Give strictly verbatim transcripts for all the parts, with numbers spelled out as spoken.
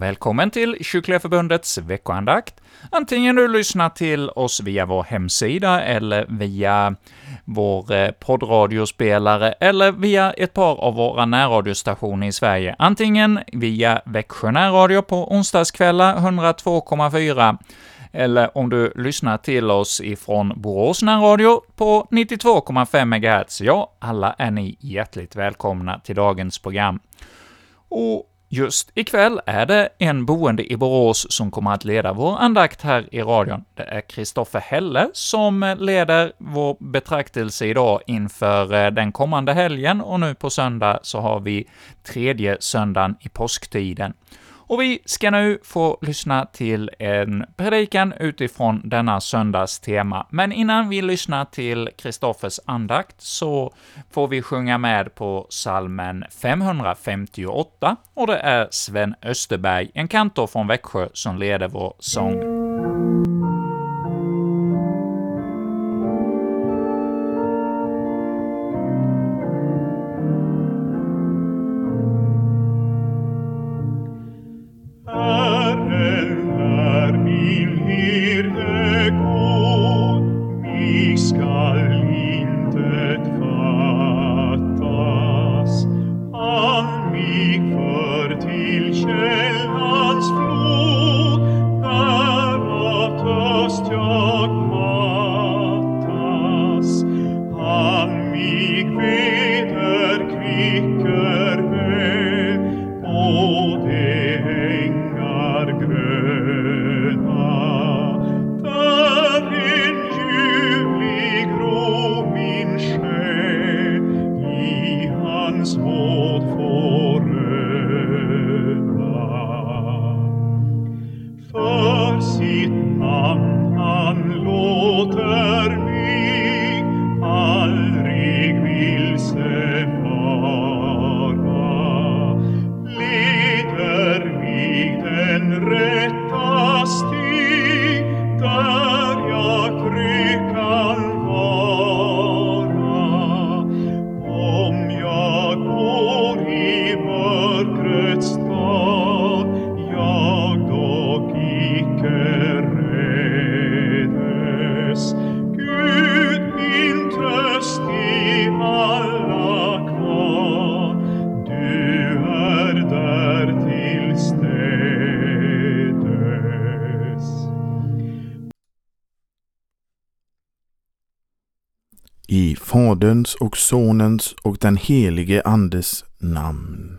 välkommen till Kyrkliga Förbundets veckoandakt. Antingen du lyssnar till oss via vår hemsida eller via vår poddradiospelare eller via ett par av våra närradiostationer i Sverige. Antingen via Växjö närradio på onsdagskvällar hundra två komma fyra eller om du lyssnar till oss ifrån Borås närradio på nittiotvå komma fem megahertz. Ja, alla är ni hjärtligt välkomna till dagens program. Och just ikväll är det en boende i Borås som kommer att leda vår andakt här i radion. Det är Kristoffer Helle som leder vår betraktelse idag inför den kommande helgen, och nu på söndag så har vi tredje söndagen i påsktiden. Och vi ska nu få lyssna till en predikan utifrån denna söndags tema. Men innan vi lyssnar till Kristoffers andakt så får vi sjunga med på psalmen femhundrafemtioåtta, och det är Sven Österberg, en kantor från Växjö, som leder vår sång. I Faderns och Sonens och den helige Andes namn.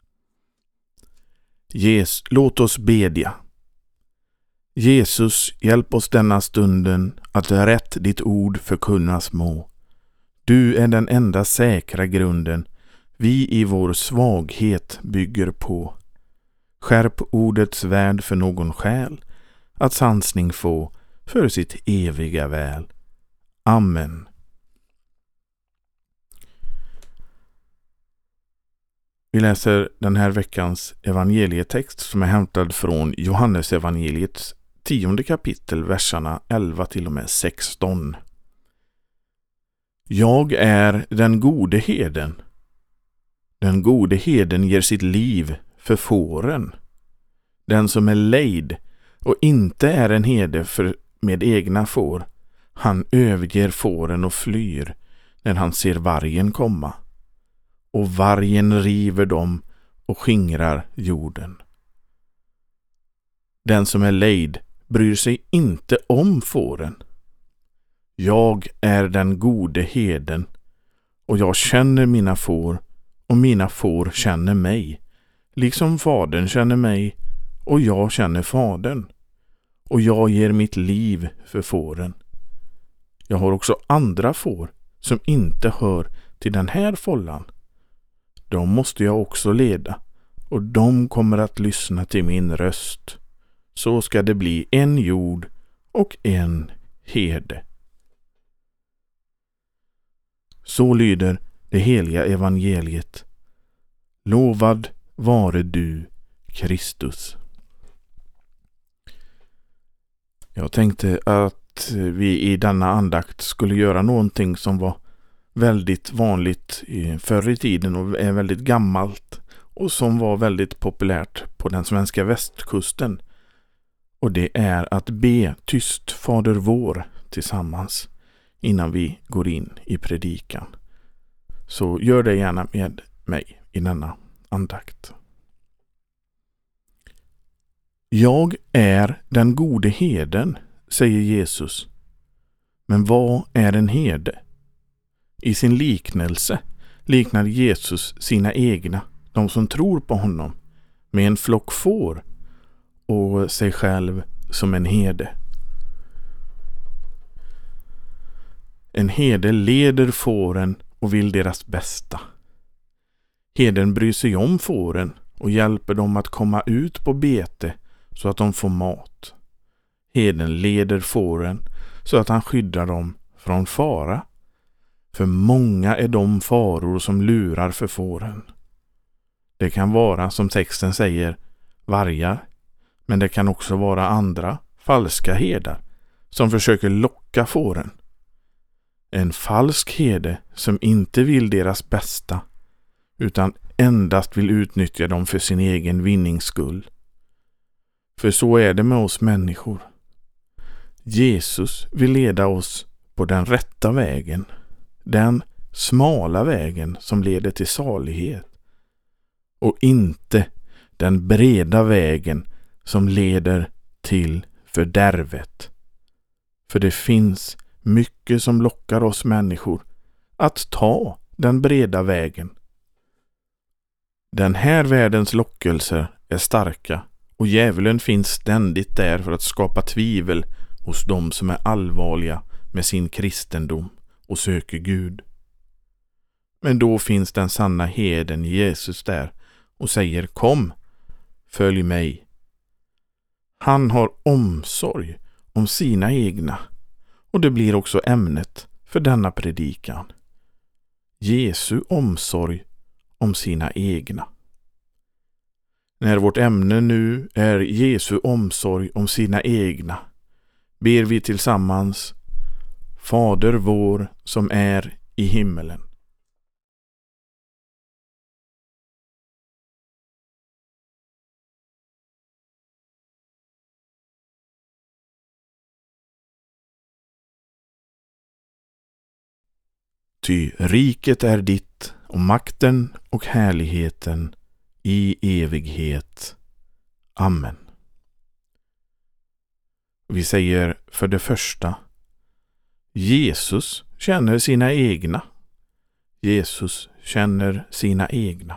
Jes, låt oss bedja. Jesus, hjälp oss denna stunden att rätt ditt ord förkunnas må. Du är den enda säkra grunden vi i vår svaghet bygger på. Skärp ordets värld för någon själ, att sansning få för sitt eviga väl. Amen. Vi läser den här veckans evangelietext som är hämtad från Johannes evangeliets tionde kapitel, verserna elva till och med sexton. Jag är den gode herden. Den gode herden ger sitt liv för fåren. Den som är lejd och inte är en herde för med egna får, han överger fåren och flyr när han ser vargen komma. Och vargen river dem och skingrar jorden. Den som är lejd bryr sig inte om fåren. Jag är den gode herden, och jag känner mina får, och mina får känner mig, liksom fadern känner mig, och jag känner fadern, och jag ger mitt liv för fåren. Jag har också andra får som inte hör till den här fållan. De måste jag också leda, och de kommer att lyssna till min röst. Så ska det bli en jord och en herde. Så lyder det heliga evangeliet. Lovad vare du, Kristus. Jag tänkte att vi i denna andakt skulle göra någonting som var väldigt vanligt förr i tiden och är väldigt gammalt. och som var väldigt populärt på den svenska västkusten. Och det är att be tyst Fader vår tillsammans innan vi går in i predikan. Så gör det gärna med mig i denna andakt. Jag är den gode herden, säger Jesus. Men vad är en herde? I sin liknelse liknar Jesus sina egna, de som tror på honom, med en flock får och sig själv som en herde. En herde leder fåren och vill deras bästa. Herden bryr sig om fåren och hjälper dem att komma ut på bete så att de får mat. Herden leder fåren så att han skyddar dem från fara. För många är de faror som lurar för fåren. Det kan vara, som texten säger, vargar. Men det kan också vara andra, falska herdar, som försöker locka fåren. En falsk herde som inte vill deras bästa, utan endast vill utnyttja dem för sin egen vinnings skull. För så är det med oss människor. Jesus vill leda oss på den rätta vägen, den smala vägen som leder till salighet, och inte den breda vägen som leder till fördärvet. För det finns mycket som lockar oss människor att ta den breda vägen. Den här världens lockelser är starka och djävulen finns ständigt där för att skapa tvivel hos dem som är allvarliga med sin kristendom och söker Gud. Men då finns den sanna herden Jesus där och säger: kom, följ mig. Han har omsorg om sina egna, och det blir också ämnet för denna predikan. Jesu omsorg om sina egna. När vårt ämne nu är Jesu omsorg om sina egna, ber vi tillsammans: Fader vår som är i himmelen. Ty riket är ditt och makten och härligheten i evighet. Amen. Vi säger för det första: Jesus känner sina egna. Jesus känner sina egna.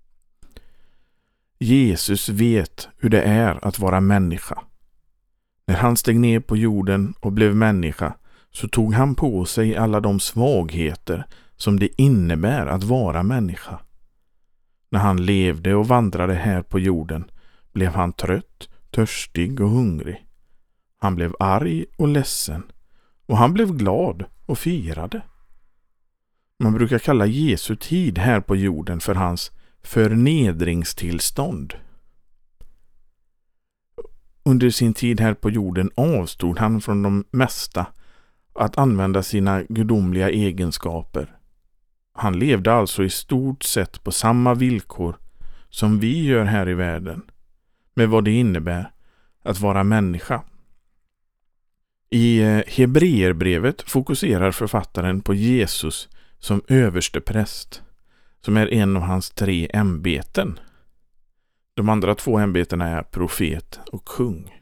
Jesus vet hur det är att vara människa. När han steg ner på jorden och blev människa, så tog han på sig alla de svagheter som det innebär att vara människa. När han levde och vandrade här på jorden blev han trött, törstig och hungrig. Han blev arg och ledsen, och han blev glad och firade. Man brukar kalla Jesu tid här på jorden för hans förnedringstillstånd. Under sin tid här på jorden avstod han från de mesta att använda sina gudomliga egenskaper. Han levde alltså i stort sett på samma villkor som vi gör här i världen, med vad det innebär att vara människa. I Hebreerbrevet fokuserar författaren på Jesus som överstepräst, som är en av hans tre ämbeten. De andra två ämbetena är profet och kung.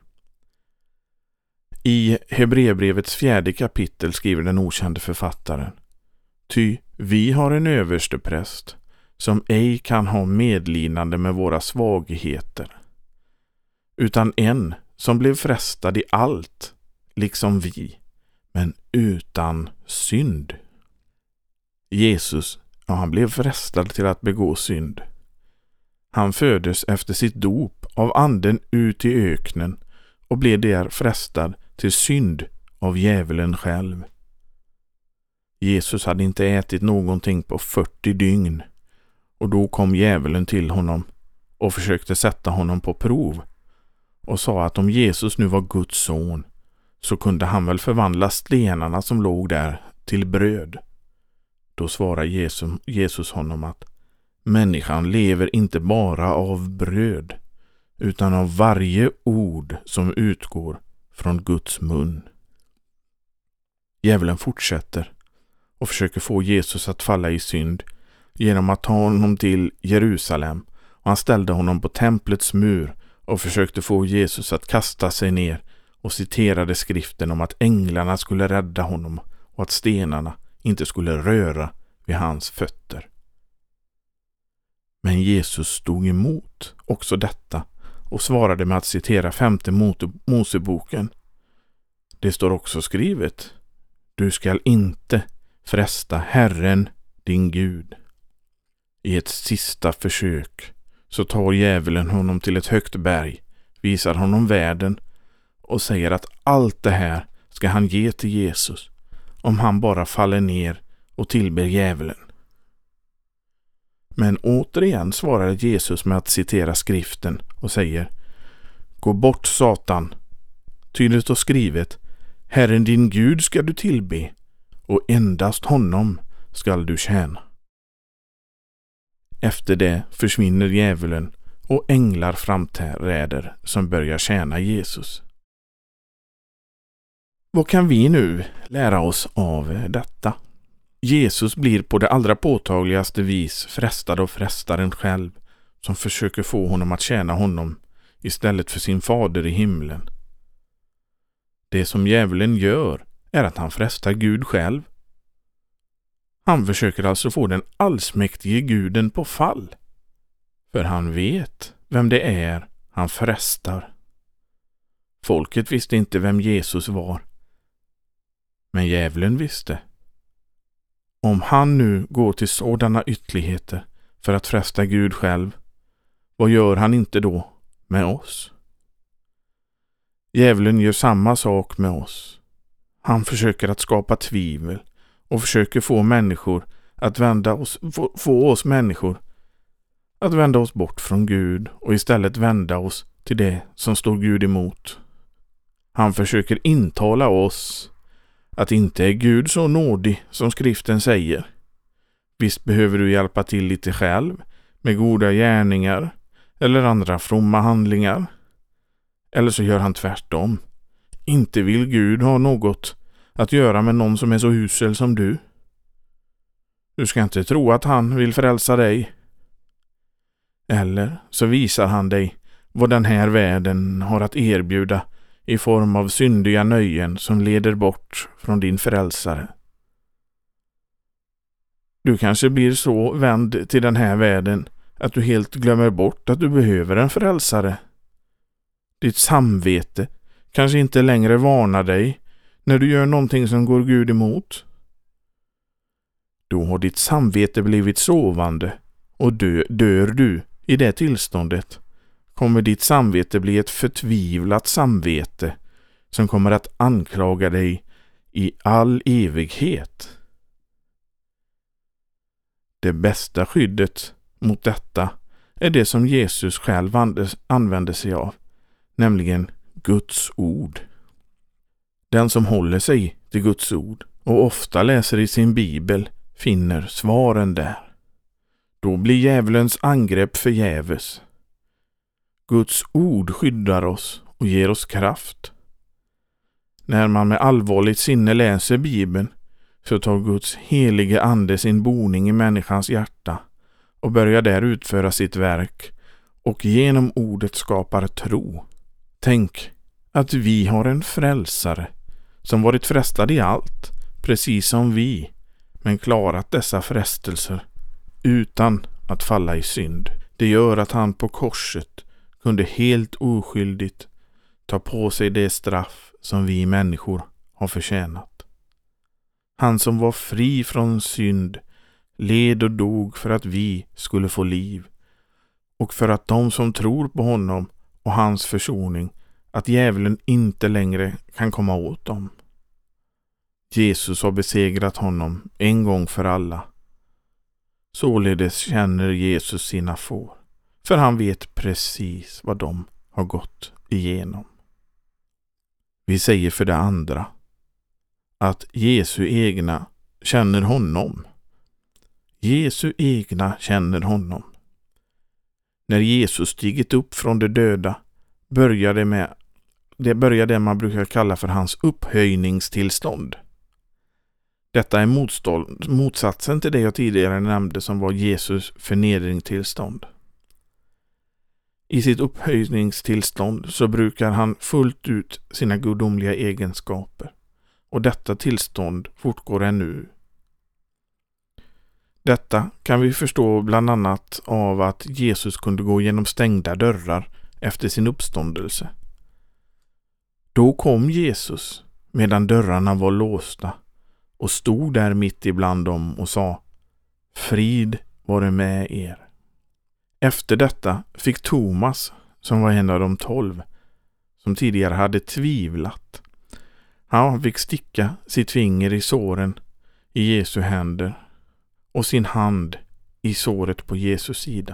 I Hebreerbrevets fjärde kapitel skriver den okände författaren: Ty vi har en överstepräst som ej kan ha medlidande med våra svagheter, utan en som blev frestad i allt, liksom vi, men utan synd. Jesus, ja, han blev frestad till att begå synd. Han föddes efter sitt dop av anden ut i öknen och blev där frestad till synd av djävulen själv. Jesus hade inte ätit någonting på fyrtio dygn, och då kom djävulen till honom och försökte sätta honom på prov och sa att om Jesus nu var Guds son, så kunde han väl förvandla stenarna som låg där till bröd. Då svarade Jesus, Jesus honom att Människan lever inte bara av bröd, utan av varje ord som utgår från Guds mun. Djävulen fortsätter och försöker få Jesus att falla i synd genom att ta honom till Jerusalem, och han ställde honom på templets mur och försökte få Jesus att kasta sig ner och citerade skriften om att änglarna skulle rädda honom och att stenarna inte skulle röra vid hans fötter. Men Jesus stod emot också detta och svarade med att citera femte Moseboken. Det står också skrivet: du skall inte fresta Herren din Gud. I ett sista försök så tar djävulen honom till ett högt berg, visar honom världen och säger att allt det här ska han ge till Jesus om han bara faller ner och tillber djävulen. Men återigen svarar Jesus med att citera skriften och säger: gå bort, Satan, ty det står skrivet: Herren din Gud ska du tillbe, och endast honom skall du tjäna. Efter det försvinner djävulen och änglar framträder som börjar tjäna Jesus. Vad kan vi nu lära oss av detta? Jesus blir på det allra påtagligaste vis frestad av frestaren själv, som försöker få honom att tjäna honom istället för sin fader i himlen. Det som djävulen gör är att han frestar Gud själv. Han försöker alltså få den allsmäktige guden på fall, för han vet vem det är han frestar. Folket visste inte vem Jesus var, men djävulen visste. Om han nu går till sådana ytterligheter för att fresta Gud själv, vad gör han inte då med oss? Djävulen gör samma sak med oss. Han försöker att skapa tvivel och försöker få människor att vända oss, få, få oss människor att vända oss bort från Gud och istället vända oss till det som står Gud emot. Han försöker intala oss att inte är Gud så nådig som skriften säger. Visst behöver du hjälpa till lite själv med goda gärningar eller andra fromma handlingar. Eller så gör han tvärtom. Inte vill Gud ha något att göra med någon som är så usel som du. Du ska inte tro att han vill frälsa dig. Eller så visar han dig vad den här världen har att erbjuda i form av syndiga nöjen som leder bort från din frälsare. Du kanske blir så vänd till den här världen att du helt glömmer bort att du behöver en frälsare. Ditt samvete kanske inte längre varnar dig när du gör någonting som går Gud emot. Då har ditt samvete blivit sovande, och dö, dör du i det tillståndet kommer ditt samvete bli ett förtvivlat samvete som kommer att anklaga dig i all evighet. Det bästa skyddet mot detta är det som Jesus själv använde sig av, nämligen Guds ord. Den som håller sig till Guds ord och ofta läser i sin bibel finner svaren där. Då blir djävulens angrepp förgäves. Guds ord skyddar oss och ger oss kraft. När man med allvarligt sinne läser Bibeln så tar Guds helige ande sin boning i människans hjärta och börjar där utföra sitt verk och genom ordet skapar tro. Tänk att vi har en frälsare som varit frestad i allt, precis som vi, men klarat dessa frestelser utan att falla i synd. Det gör att han på korset kunde helt oskyldigt ta på sig det straff som vi människor har förtjänat. Han som var fri från synd led och dog för att vi skulle få liv, och för att de som tror på honom och hans försoning, att djävulen inte längre kan komma åt dem. Jesus har besegrat honom en gång för alla. Således känner Jesus sina får, för han vet precis vad de har gått igenom. Vi säger för det andra att Jesu egna känner honom. Jesu egna känner honom. När Jesus stigit upp från de döda börjar det med det börjar det man brukar kalla för hans upphöjningstillstånd. Detta är motstånd, motsatsen till det jag tidigare nämnde som var Jesus förnedringstillstånd. I sitt upphöjningstillstånd så brukar han fullt ut sina gudomliga egenskaper, och detta tillstånd fortgår ännu. Detta kan vi förstå bland annat av att Jesus kunde gå genom stängda dörrar efter sin uppståndelse. Då kom Jesus medan dörrarna var låsta och stod där mitt ibland dem och sa: frid vare med er. Efter detta fick Thomas, som var en av de tolv, som tidigare hade tvivlat, han fick sticka sitt finger i såren i Jesu händer och sin hand i såret på Jesus sida.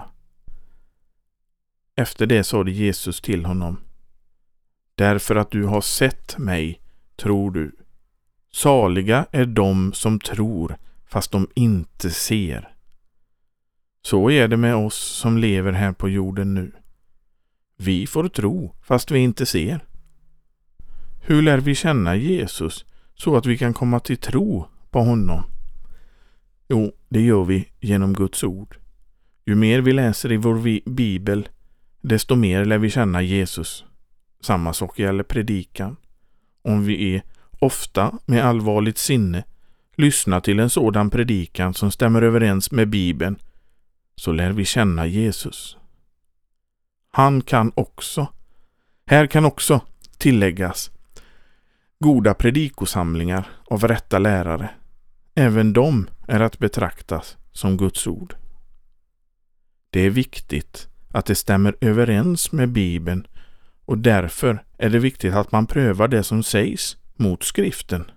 Efter det sade Jesus till honom: därför att du har sett mig tror du. Saliga är de som tror fast de inte ser. Så är det med oss som lever här på jorden nu. Vi får tro fast vi inte ser. Hur lär vi känna Jesus så att vi kan komma till tro på honom? Jo, det gör vi genom Guds ord. Ju mer vi läser i vår bibel, desto mer lär vi känna Jesus. Samma sak gäller predikan. Om vi är ofta med allvarligt sinne lyssnar till en sådan predikan som stämmer överens med Bibeln, så lär vi känna Jesus. Han kan också, här kan också tilläggas, goda predikosamlingar av rätta lärare. Även de är att betraktas som Guds ord. Det är viktigt att det stämmer överens med Bibeln, och därför är det viktigt att man prövar det som sägs mot skriften.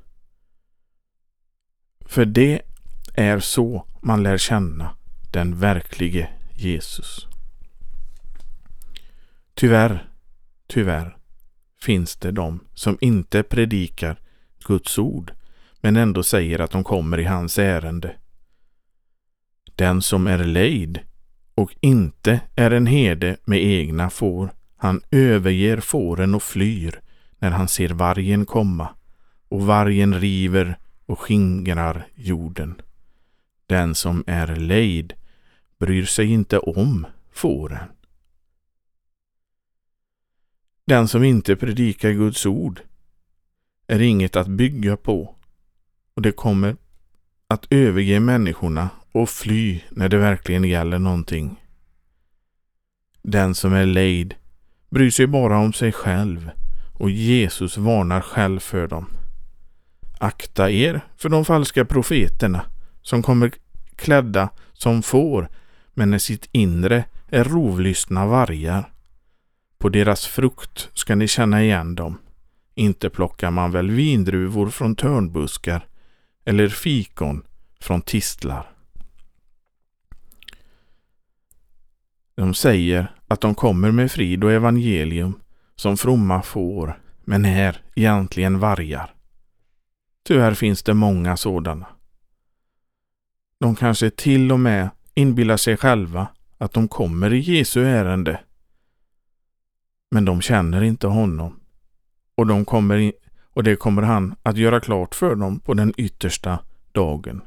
För det är så man lär känna den verklige Jesus. Tyvärr, tyvärr finns det de som inte predikar Guds ord men ändå säger att de kommer i hans ärende. Den som är lejd och inte är en herde med egna får, han överger fåren och flyr när han ser vargen komma, och vargen river och skingrar jorden. Den som är lejd bryr sig inte om fåren. Den som inte predikar Guds ord är inget att bygga på, och det kommer att överge människorna och fly när det verkligen gäller någonting. Den som är lejd bryr sig bara om sig själv, och Jesus varnar själv för dem. Akta er för de falska profeterna som kommer klädda som får, men i sitt inre är rovlystna vargar. På deras frukt ska ni känna igen dem. Inte plockar man väl vindruvor från törnbuskar eller fikon från tistlar. De säger att de kommer med frid och evangelium som fromma får, men är egentligen vargar. Tyvärr finns det många sådana. De kanske till och med inbillar sig själva att de kommer i Jesu ärende. Men de känner inte honom, och, de kommer in, och det kommer han att göra klart för dem på den yttersta dagen.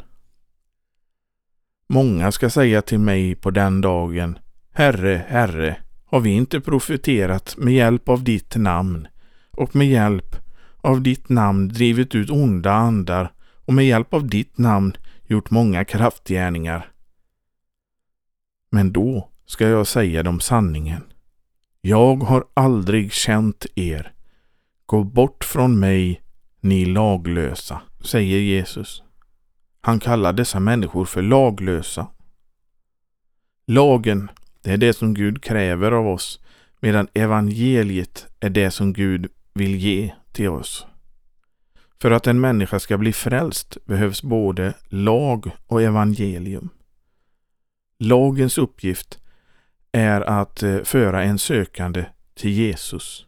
Många ska säga till mig på den dagen: Herre, Herre, har vi inte profeterat med hjälp av ditt namn, och med hjälp av ditt namn drivit ut onda andar, och med hjälp av ditt namn gjort många kraftgärningar? Men då ska jag säga dem sanningen. Jag har aldrig känt er. Gå bort från mig, ni laglösa, säger Jesus. Han kallar dessa människor för laglösa. Lagen, det är det som Gud kräver av oss, medan evangeliet är det som Gud vill ge till oss. För att en människa ska bli frälst behövs både lag och evangelium. Lagens uppgift är att föra en sökande till Jesus.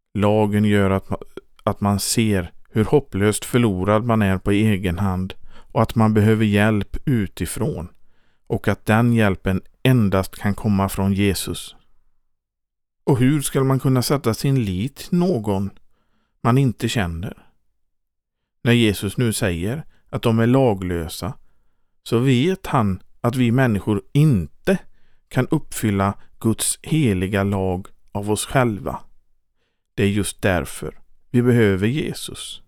Lagen gör att man, att man ser hur hopplöst förlorad man är på egen hand och att man behöver hjälp utifrån och att den hjälpen endast kan komma från Jesus. Och hur ska man kunna sätta sin lit till någon man inte känner? När Jesus nu säger att de är laglösa, så vet han att vi människor inte kan uppfylla Guds heliga lag av oss själva. Det är just därför vi behöver Jesus.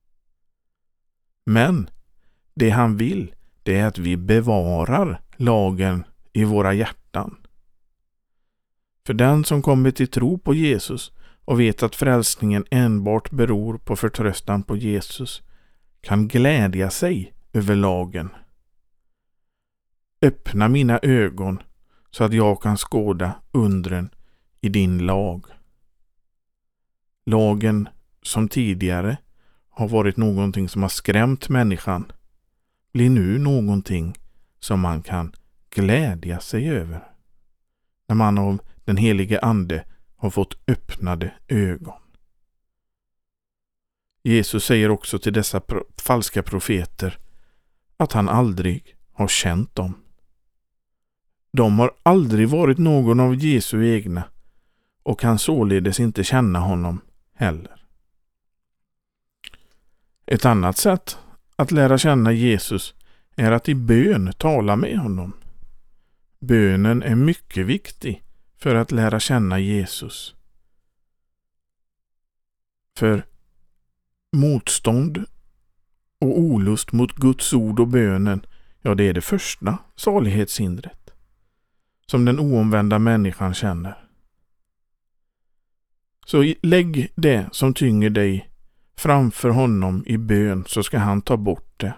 Men det han vill, det är att vi bevarar lagen i våra hjärtan. För den som kommer till tro på Jesus och vet att frälsningen enbart beror på förtröstan på Jesus kan glädja sig över lagen. Öppna mina ögon så att jag kan skåda undren i din lag. Lagen som tidigare har varit någonting som har skrämt människan blir nu någonting som man kan glädja sig över. När man av den helige ande har fått öppnade ögon. Jesus säger också till dessa pro- falska profeter att han aldrig har känt dem. De har aldrig varit någon av Jesu egna och kan således inte känna honom heller. Ett annat sätt att lära känna Jesus är att i bön tala med honom. Bönen är mycket viktig för att lära känna Jesus. För motstånd och olust mot Guds ord och bönen, ja, det är det första salighetshindret som den oomvända människan känner. Så lägg det som tynger dig framför honom i bön, så ska han ta bort det.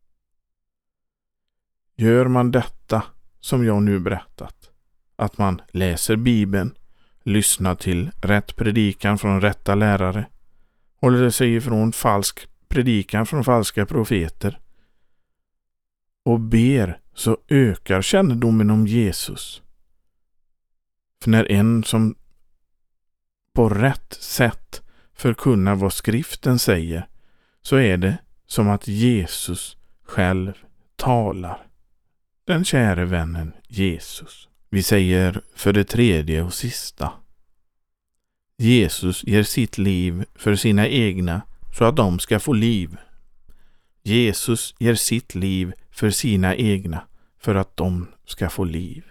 Gör man detta som jag nu berättat, att man läser Bibeln, lyssnar till rätt predikan från rätta lärare, håller sig ifrån falsk predikan från falska profeter och ber, så ökar kännedomen om Jesus. För när en som på rätt sätt förkunnar vad skriften säger, så är det som att Jesus själv talar. Den käre vännen Jesus. Vi säger för det tredje och sista: Jesus ger sitt liv för sina egna så att de ska få liv. Jesus ger sitt liv för sina egna för att de ska få liv.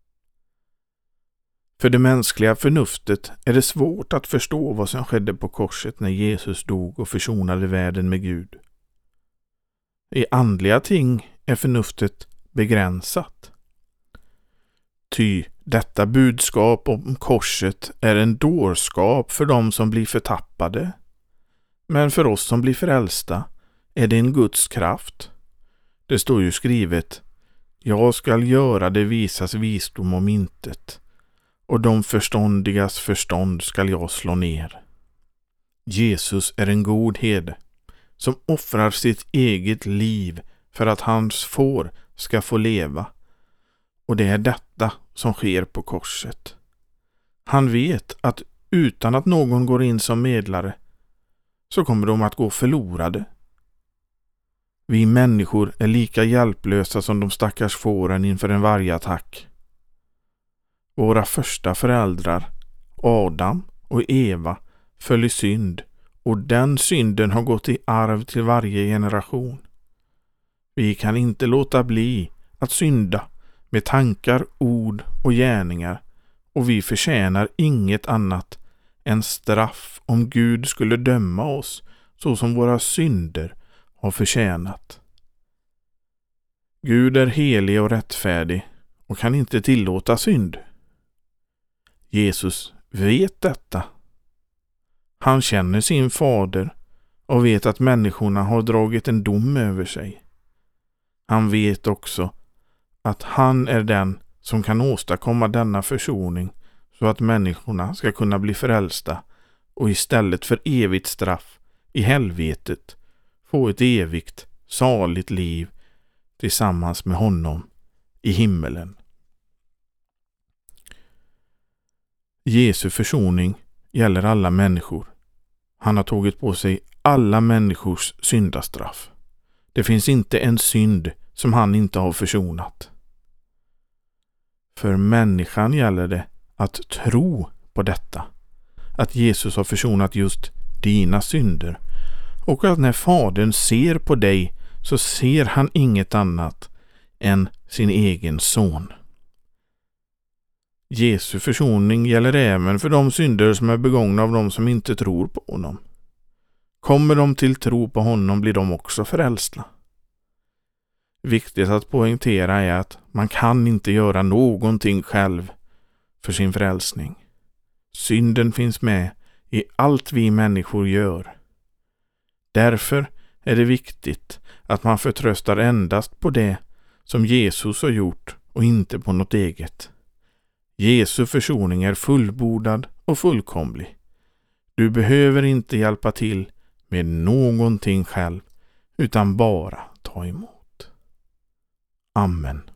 För det mänskliga förnuftet är det svårt att förstå vad som skedde på korset när Jesus dog och försonade världen med Gud. I andliga ting är förnuftet begränsat. Ty detta budskap om korset är en dårskap för dem som blir förtappade. Men för oss som blir frälsta är det en Guds kraft. Det står ju skrivet: jag skall göra det visas visdom om intet, och de förståndigas förstånd skall jag slå ner. Jesus är en god herde som offrar sitt eget liv för att hans får ska få leva. Och det är detta som sker på korset. Han vet att utan att någon går in som medlare så kommer de att gå förlorade. Vi människor är lika hjälplösa som de stackars fåren inför en vargattack. Våra första föräldrar, Adam och Eva, föll i synd, och den synden har gått i arv till varje generation. Vi kan inte låta bli att synda med tankar, ord och gärningar, och vi förtjänar inget annat än straff om Gud skulle döma oss så som våra synder har förtjänat. Gud är helig och rättfärdig och kan inte tillåta synd. Jesus vet detta. Han känner sin fader och vet att människorna har dragit en dom över sig. Han vet också att han är den som kan åstadkomma denna försoning så att människorna ska kunna bli frälsta och istället för evigt straff i helvetet få ett evigt, saligt liv tillsammans med honom i himmelen. Jesu försoning gäller alla människor. Han har tagit på sig alla människors syndastraff. Det finns inte en synd som han inte har försonat. För människan gäller det att tro på detta. Att Jesus har försonat just dina synder. Och att när Fadern ser på dig så ser han inget annat än sin egen son. Jesu försoning gäller även för de synder som är begångna av de som inte tror på honom. Kommer de till tro på honom blir de också frälsta. Viktigt att poängtera är att man kan inte göra någonting själv för sin frälsning. Synden finns med i allt vi människor gör. Därför är det viktigt att man förtröstar endast på det som Jesus har gjort och inte på något eget. Jesu försoning är fullbordad och fullkomlig. Du behöver inte hjälpa till med någonting själv utan bara ta emot. Amen.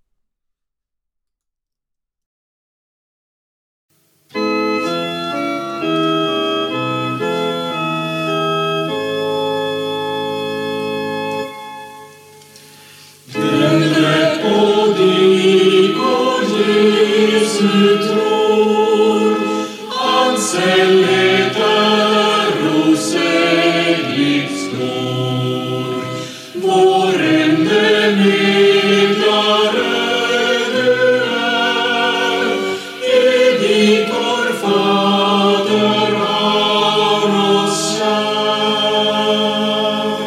Den rätt på dig och Jesu tror, hans helhet är osägligt stor. Vår ende medlare du är, evig vår Fader har oss kär.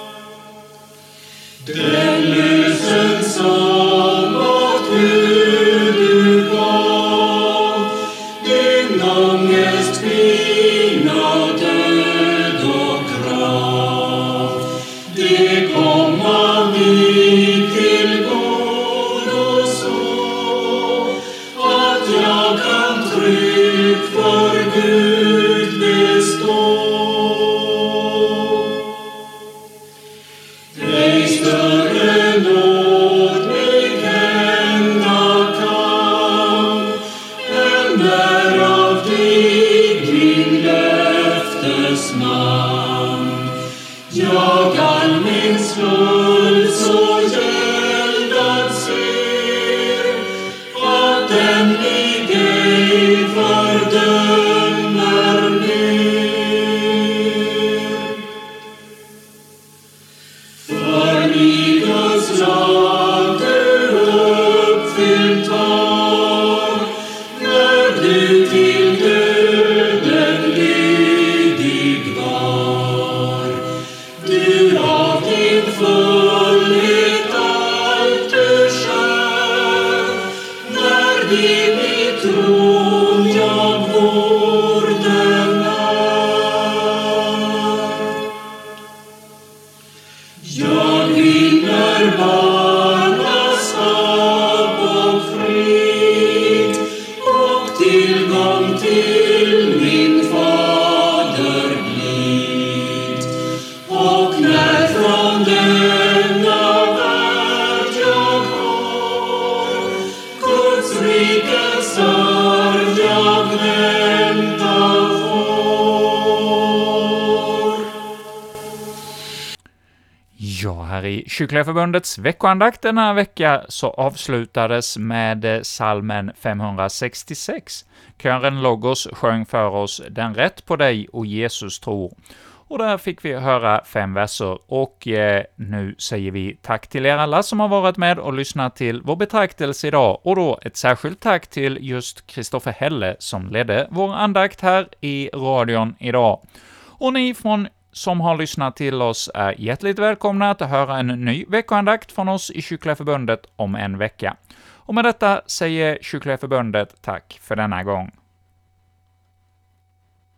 Den lösen som åt Gud du gav, din ångest, pina, död och grav, det komma mig till godo så, att jag kan trygg för Gud bestå. Ej större nåd mig hända kan, än när av dig din löftesman jag all min skuld så gäldad ser, att den mig ej fördömer mer. För mig Guds lag du uppfyllt har, när du till döden lydig var. Du av din fullhet allt du skär, när vid i tron jag vården är. Jag vinner barnaskap och frid och tillgång till min Fader blid. Och när från denna värld jag går, Guds rikes arv jag vänta får. Ja, här i Kyrkliga förbundets veckoandakt denna vecka så avslutades med psalmen femhundrasextiosex. Kören Logos sjöng för oss Den rätt på dig och Jesus tror. Och där fick vi höra fem verser, och eh, nu säger vi tack till er alla som har varit med och lyssnat till vår betraktelse idag, och då ett särskilt tack till just Kristoffer Helle som ledde vår andakt här i radion idag. Och ni från som har lyssnat till oss är hjärtligt välkomna att höra en ny veckoandakt från oss i Kyrkliga förbundet om en vecka. Och med detta säger Kyrkliga förbundet tack för denna gång.